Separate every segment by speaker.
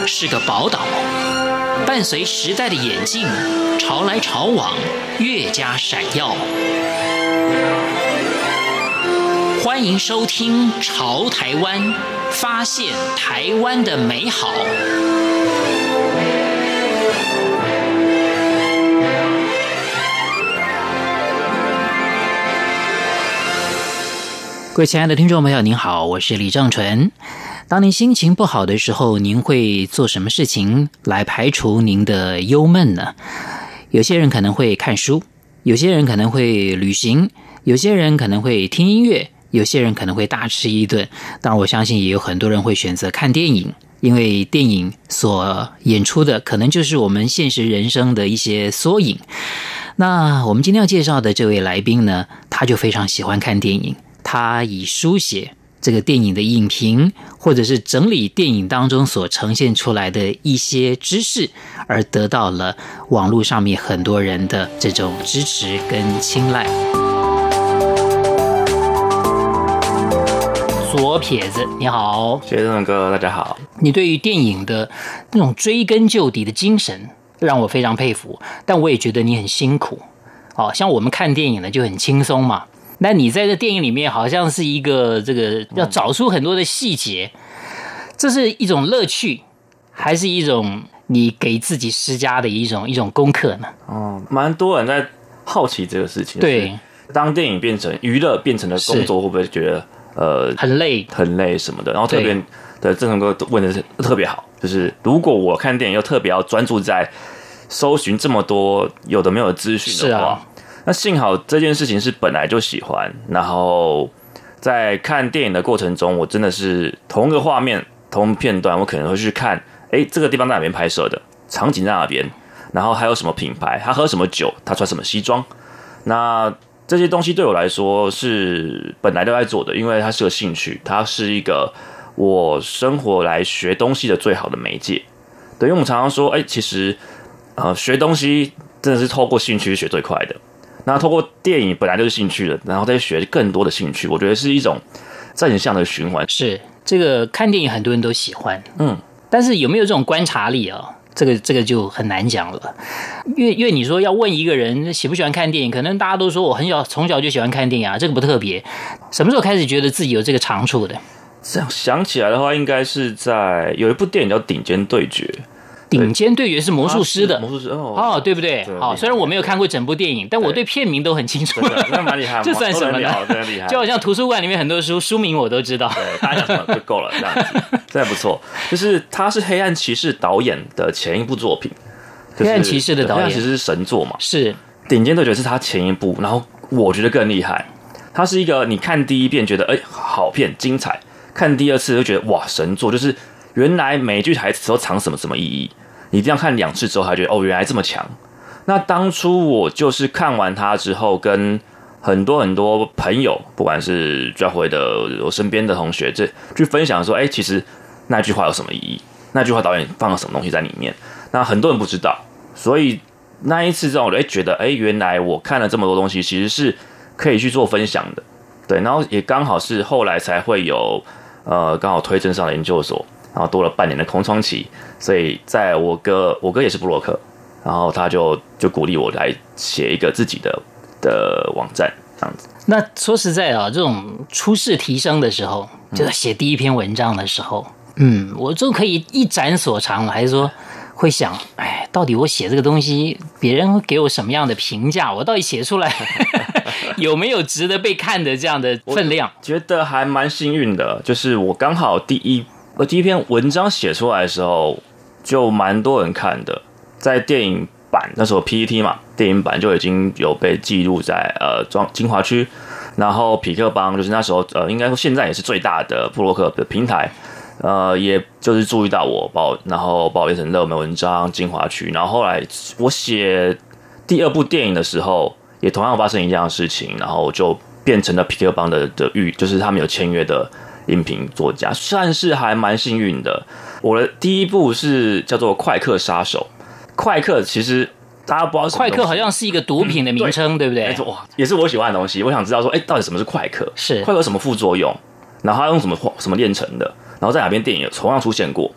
Speaker 1: 是个宝岛，伴随时代的演进，潮来潮往，越加闪耀。欢迎收听《潮台湾》，发现台湾的美好。各位亲爱的听众朋友，您好，我是李正淳。当您心情不好的时候，您会做什么事情来排除您的忧闷呢？有些人可能会看书，有些人可能会旅行，有些人可能会听音乐，有些人可能会大吃一顿。当然，我相信也有很多人会选择看电影，因为电影所演出的可能就是我们现实人生的一些缩影。那我们今天要介绍的这位来宾呢，他就非常喜欢看电影。他以书写这个电影的影评，或者是整理电影当中所呈现出来的一些知识，而得到了网络上面很多人的这种支持跟青睐。左撇子，你好。
Speaker 2: 学生哥，大家好。
Speaker 1: 你对于电影的那种追根究底的精神，让我非常佩服，但我也觉得你很辛苦。像我们看电影呢就很轻松嘛。那你在这电影里面好像是一个这个要找出很多的细节，这是一种乐趣，还是一种你给自己施加的一种功课呢？
Speaker 2: 蛮多人在好奇这个事情。
Speaker 1: 对，
Speaker 2: 当电影变成娱乐，变成了工作，会不会觉得
Speaker 1: 很累
Speaker 2: 什么的？然后特别的郑成哥问的是特别好，就是如果我看电影又特别要专注在搜寻这么多有的没有的资讯的话。那幸好这件事情是本来就喜欢，然后在看电影的过程中，我真的是同一个画面、同一片段，我可能会去看，这个地方在哪边拍摄的，场景在哪边，然后还有什么品牌，他喝什么酒，他穿什么西装。那这些东西对我来说是本来就在做的，因为它是个兴趣，它是一个我生活来学东西的最好的媒介。对，因为我们常常说，其实学东西真的是透过兴趣学最快的。那透过电影本来就是兴趣了，然后再学更多的兴趣，我觉得是一种正向的循环。
Speaker 1: 是这个看电影很多人都喜欢，但是有没有这种观察力啊？这个就很难讲了。因为你说要问一个人喜不喜欢看电影，可能大家都说我从小就喜欢看电影啊，这个不特别。什么时候开始觉得自己有这个长处的？
Speaker 2: 这样想起来的话，应该是在有一部电影叫《顶尖对决》。
Speaker 1: 顶尖对决是魔术师的，
Speaker 2: 魔术师
Speaker 1: 对不对？好，虽然我没有看过整部电影，但我对片名都很清楚。
Speaker 2: 那蛮厉害，
Speaker 1: 这算什么呢？
Speaker 2: 真的厉害，
Speaker 1: 就好像图书馆里面很多书名我都知道。
Speaker 2: 对，大家想什么就够了，这样子，这还不错。就是他是《黑暗骑士》导演的前一部作品，
Speaker 1: 黑暗骑士的导演，
Speaker 2: 黑暗骑士是神作嘛？
Speaker 1: 是。
Speaker 2: 顶尖对决是他前一部，然后我觉得更厉害。他是一个你看第一遍觉得好片精彩，看第二次就觉得哇神作，就是原来每一句台词都藏什么意义。你这样看2次之后，才觉得原来这么强。那当初我就是看完它之后，跟很多朋友，不管是教会的我身边的同学，去分享说，其实那句话有什么意义？那句话导演放了什么东西在里面？那很多人不知道，所以那一次让我觉得，原来我看了这么多东西，其实是可以去做分享的。对，然后也刚好是后来才会有刚好推甄上了研究所。然后多了半年的空窗期，所以在我哥也是部落客，然后他就鼓励我来写一个自己的网站这样子。
Speaker 1: 那说实在啊，这种初试提升的时候，就是写第一篇文章的时候，我就可以一展所长了，还是说会想，到底我写这个东西，别人会给我什么样的评价？我到底写出来有没有值得被看的这样的分量？
Speaker 2: 我觉得还蛮幸运的，就是我刚好第一篇文章写出来的时候，就蛮多人看的。在电影版那时候 PTT 嘛，电影版就已经有被记录在精华区，然后匹克邦就是那时候应该说现在也是最大的部落客的平台，也就是注意到我然后把我列成热门文章精华区。然后后来我写第2部电影的时候，也同样发生一样的事情，然后就变成了匹克邦的就是他们有签约的音频作家，算是还蛮幸运的。我的第一部是叫做《快客杀手》，快客其实大家不知道是什么东西，
Speaker 1: 快客好像是一个毒品的名称，对不对？
Speaker 2: 哇，也是我喜欢的东西。我想知道说，到底什么是快客？
Speaker 1: 是
Speaker 2: 快客有什么副作用？然后它用什么炼成的？然后在哪边电影有同样出现过？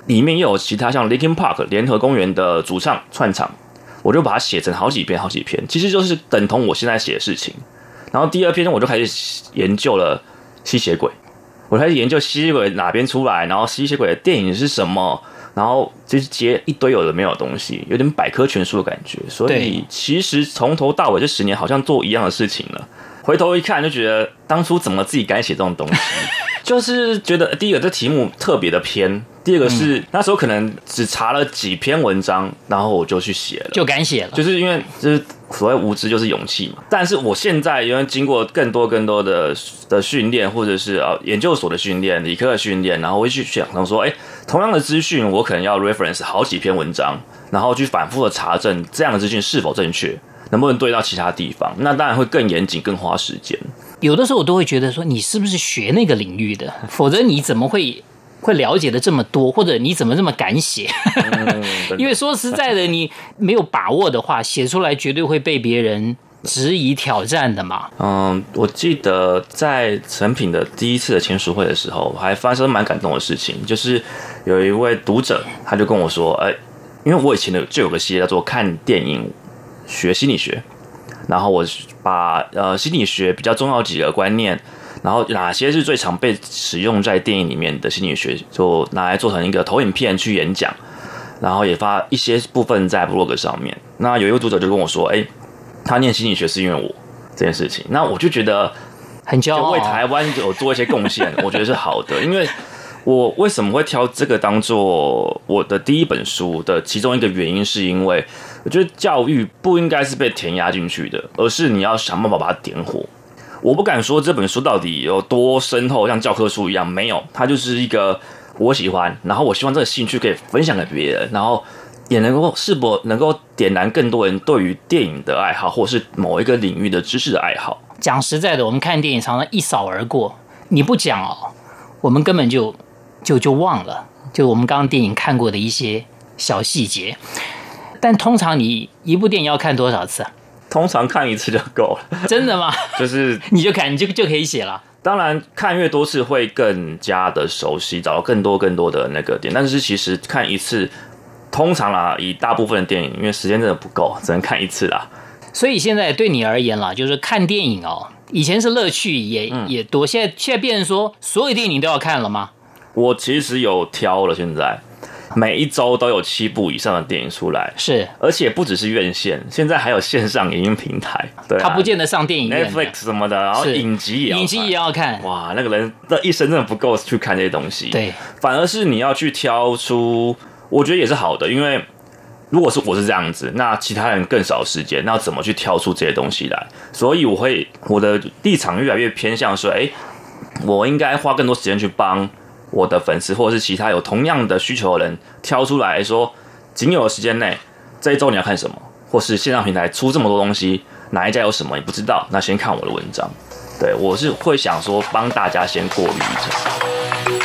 Speaker 2: 里面又有其他像 Linkin Park 联合公园的主唱串场，我就把它写成好几篇，其实就是等同我现在写的事情。然后第二篇我就开始研究了吸血鬼，我开始研究吸血鬼哪边出来，然后吸血鬼的电影是什么，然后就是接一堆有的没有的东西，有点百科全书的感觉。所以其实从头到尾这10年好像做一样的事情了。回头一看就觉得当初怎么自己敢写这种东西，就是觉得第一个这题目特别的偏，第二个是那时候可能只查了几篇文章，然后我就去写了，
Speaker 1: 就敢写了，
Speaker 2: 就是因为就是所谓无知就是勇气嘛。但是我现在因为经过更多的训练，或者是研究所的训练、理科的训练，然后我会去想说，同样的资讯我可能要 reference 好几篇文章，然后去反复的查证这样的资讯是否正确，能不能对到其他地方，那当然会更严谨、更花时间。
Speaker 1: 有的时候我都会觉得说，你是不是学那个领域的？否则你怎么会了解的这么多，或者你怎么这么敢写？因为说实在的，你没有把握的话，写出来绝对会被别人质疑挑战的嘛。
Speaker 2: 我记得在成品的第一次的签书会的时候，还发生蛮感动的事情，就是有一位读者他就跟我说，因为我以前就有个系列叫做看电影学心理学，然后我把心理学比较重要几个观念，然后哪些是最常被使用在电影里面的心理学，就拿来做成一个投影片去演讲，然后也发一些部分在部落格上面。那有一位读者就跟我说，他念心理学是因为我这件事情，那我就觉得
Speaker 1: 很骄傲，
Speaker 2: 就为台湾有做一些贡献，我觉得是好的。因为我为什么会挑这个当做我的第一本书的其中一个原因，是因为我觉得教育不应该是被填压进去的，而是你要想办法把它点火。我不敢说这本书到底有多深厚，像教科书一样，没有，它就是一个我喜欢，然后我希望这个兴趣可以分享给别人，然后也是否能够点燃更多人对于电影的爱好，或是某一个领域的知识的爱好。
Speaker 1: 讲实在的，我们看电影常常一扫而过，你不讲我们根本就忘了，就我们刚刚电影看过的一些小细节。但通常你一部电影要看多少次啊？
Speaker 2: 通常看一次就够了。
Speaker 1: 真的吗？
Speaker 2: 就是
Speaker 1: 你就可以写了。
Speaker 2: 当然看越多次会更加的熟悉，找到更多的那个点，但是其实看一次通常啦，以大部分的电影，因为时间真的不够，只能看一次啦。
Speaker 1: 所以现在对你而言啦，就是看电影以前是乐趣也多，现在变成说所有电影都要看了吗？我
Speaker 2: 其实有挑了，现在每一周都有7部以上的电影出来，
Speaker 1: 是，
Speaker 2: 而且不只是院线，现在还有线上影音平台，对、
Speaker 1: 它不见得上电影院
Speaker 2: ，Netflix 什么的，然后影集也
Speaker 1: 要看，
Speaker 2: 哇，那个人的一生真的不够去看这些东西，
Speaker 1: 对，
Speaker 2: 反而是你要去挑出，我觉得也是好的，因为如果是我是这样子，那其他人更少时间，那怎么去挑出这些东西来？所以我的立场越来越偏向说，我应该花更多时间去帮我的粉丝或者是其他有同样的需求的人挑出来说，仅有的时间内这一周你要看什么，或是线上平台出这么多东西，哪一家有什么你不知道，那先看我的文章。对，我是会想说帮大家先过滤一层。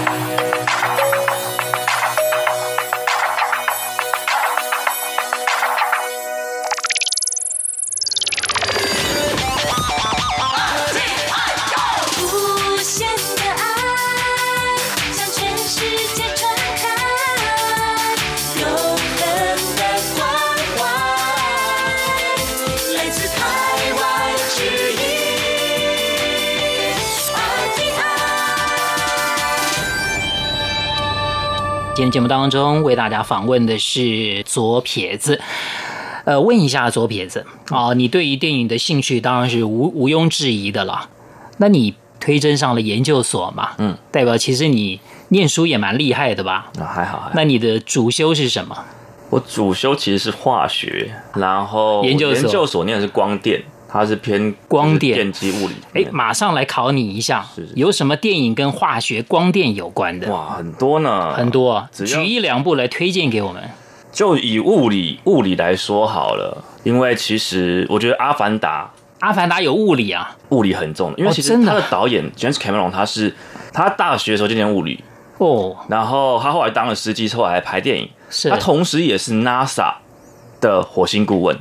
Speaker 1: 今天节目当中为大家访问的是左撇子，问一下左撇子你对于电影的兴趣当然是毋庸置疑的了。那你推甄上了研究所嘛？代表其实你念书也蛮厉害的吧？
Speaker 2: 还好。
Speaker 1: 那你的主修是什么？
Speaker 2: 我主修其实是化学，然后研究所念的是光电。它是偏
Speaker 1: 光电、
Speaker 2: 电机物理。
Speaker 1: 马上来考你一下，有什么电影跟化学、光电有关的？
Speaker 2: 哇，很多呢，
Speaker 1: 很多。举1、2部来推荐给我们。
Speaker 2: 就以物理来说好了，因为其实我觉得《阿凡达》
Speaker 1: 有物理啊，
Speaker 2: 物理很重的，因为其实他的导演 James Cameron 他大学的时候就念物理然后他后来当了司机，后来还拍电影。他同时也是 NASA 的火星顾问。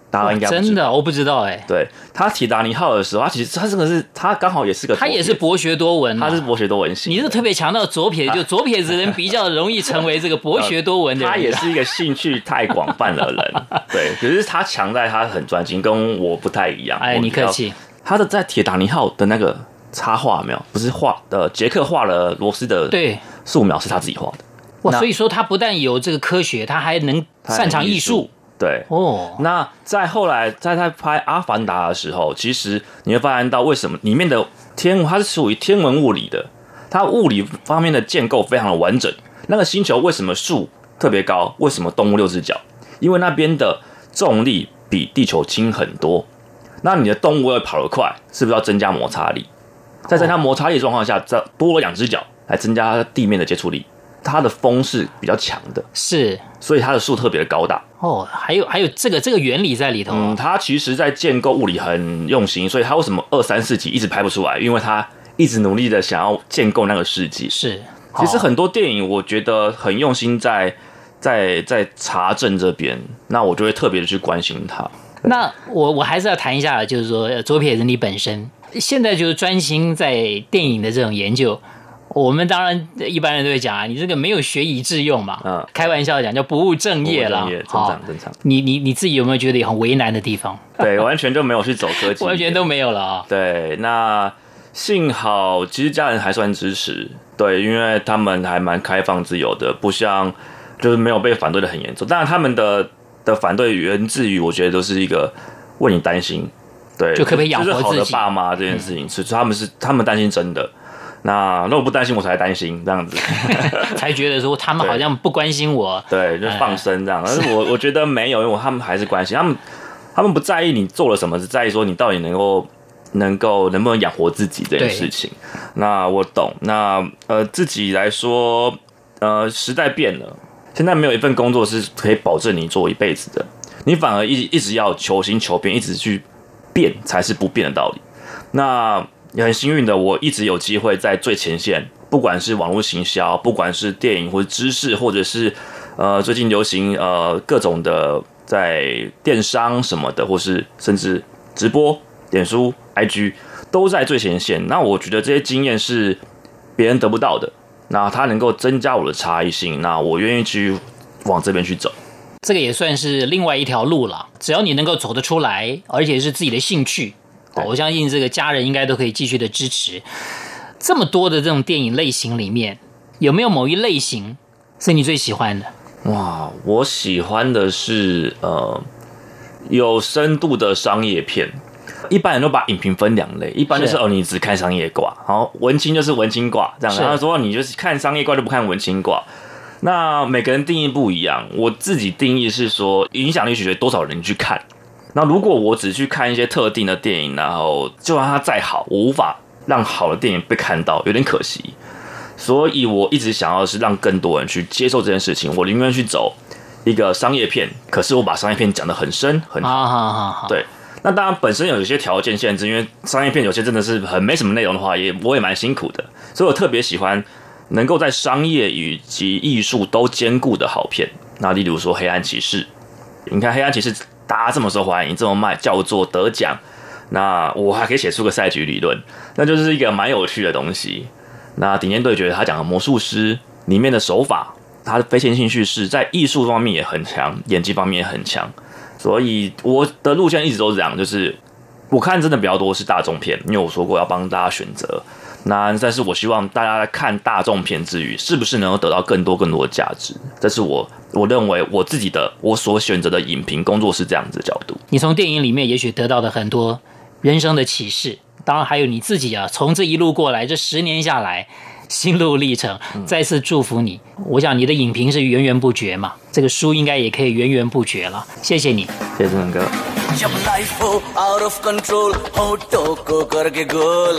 Speaker 2: 大家应该不知道
Speaker 1: 真的我不知道哎。
Speaker 2: 对，他铁达尼号的时候，他其实他这个是他刚好也是个左撇子，
Speaker 1: 他也是博学多闻，
Speaker 2: 他是博学多闻型。
Speaker 1: 你是特别强调左撇，就左撇子人比较容易成为这个博学多闻的人。
Speaker 2: 他也是一个兴趣太广泛的人，对，可是他强在他很专心，跟我不太一样。
Speaker 1: 哎，你客气。
Speaker 2: 他的在铁达尼号的那个插画没有，不是画的杰克画了罗斯的素描是他自己画的。
Speaker 1: 哇，所以说他不但有这个科学，他还能擅长艺术。
Speaker 2: 对哦，那在后来在他拍《阿凡达》的时候，其实你会发现到为什么里面的它是属于天文物理的，它物理方面的建构非常的完整。那个星球为什么树特别高？为什么动物6只脚？因为那边的重力比地球轻很多。那你的动物要跑得快，是不是要增加摩擦力？在增加摩擦力的状况下，再多了2只脚来增加地面的接触力。它的风是比较强的，
Speaker 1: 是，
Speaker 2: 所以它的树特别的高大。
Speaker 1: 哦，还有这个原理在里头。
Speaker 2: 它其实在建构物理很用心，所以它为什么2、3、4集一直拍不出来？因为它一直努力的想要建构那个世界。
Speaker 1: 是，
Speaker 2: 其实很多电影我觉得很用心在查证这边，那我就会特别的去关心它。
Speaker 1: 那我还是要谈一下，就是说左撇子你本身现在就是专心在电影的这种研究。我们当然一般人都会讲啊，你这个没有学以致用嘛，开玩笑讲叫不务正业啦，
Speaker 2: 正常。
Speaker 1: 你自己有没有觉得很为难的地方？
Speaker 2: 对，完全就没有去走科技，
Speaker 1: 完全都没有了啊。
Speaker 2: 对，那幸好其实家人还算支持，对，因为他们还蛮开放自由的，不像就是没有被反对的很严重。当然他们的反对源自于我觉得都是一个为你担心，对，
Speaker 1: 就可不可以养活自己？
Speaker 2: 就是好的爸妈这件事情，是他们担心真的。那如果不担心我才担心这样子，
Speaker 1: 才觉得说他们好像不关心我，
Speaker 2: 对，就放生这样。但是我觉得没有，因为他们还是关心，他们不在意你做了什么，只在意说你到底能不能养活自己这件事情。那我懂。那自己来说，时代变了，现在没有一份工作是可以保证你做一辈子的，你反而一直要求新求变，一直去变才是不变的道理。那也很幸运的，我一直有机会在最前线，不管是网络行销，不管是电影或者知识，或者是最近流行各种的在电商什么的，或是甚至直播、脸书、IG 都在最前线。那我觉得这些经验是别人得不到的，那它能够增加我的差异性，那我愿意去往这边去走。
Speaker 1: 这个也算是另外一条路了，只要你能够走得出来，而且是自己的兴趣。我相信这个家人应该都可以继续的支持。这么多的这种电影类型里面，有没有某一类型是你最喜欢的？
Speaker 2: 哇，我喜欢的是有深度的商业片。一般人都把影评分2类，一般就是你只看商业挂，然后文青就是文青挂这样。然后说你就是看商业挂就不看文青挂。那每个人定义不一样，我自己定义是说影响力取决于多少人去看。那如果我只去看一些特定的电影，然后就算它再好，我无法让好的电影被看到，有点可惜。所以我一直想要的是让更多人去接受这件事情。我宁愿去走一个商业片，可是我把商业片讲得很深很好。对，那当然本身有一些条件限制，因为商业片有些真的是很没什么内容的话，我也蛮辛苦的。所以我特别喜欢能够在商业以及艺术都兼顾的好片。那例如说《黑暗骑士》，你看《黑暗骑士》。大家这么受欢迎，这么卖，叫做得奖，那我还可以写出个赛局理论，那就是一个蛮有趣的东西。那顶尖对决他讲的魔术师里面的手法，他的非线性叙事在艺术方面也很强，演技方面也很强，所以我的路线一直都是这样，就是我看真的比较多是大众片，因为我说过要帮大家选择。那但是我希望大家在看大众片之余，是不是能够得到更多的价值？这是我认为我所选择的影评工作是这样子的角度。
Speaker 1: 你从电影里面也许得到的很多人生的启示，当然还有你自己啊，从这一路过来，这10年下来心路历程，再次祝福你。我想你的影评是源源不绝嘛，这个书应该也可以源源不绝了。谢谢你，
Speaker 2: 谢谢正哥。
Speaker 3: जब लाइफ हो आउट ऑफ कंट्रोल होठों को करके गोल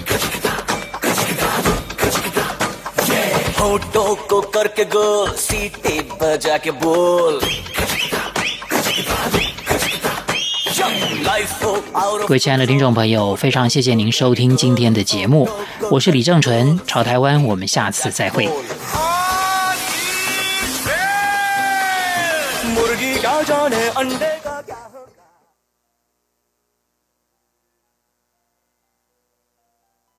Speaker 3: होठों को करके गोल सीटी बजा के बोल
Speaker 1: 各位亲爱的听众朋友，非常谢谢您收听今天的节目，我是李正纯，潮台湾，我们下次再会。मुर्गी क्या जाने अंडे का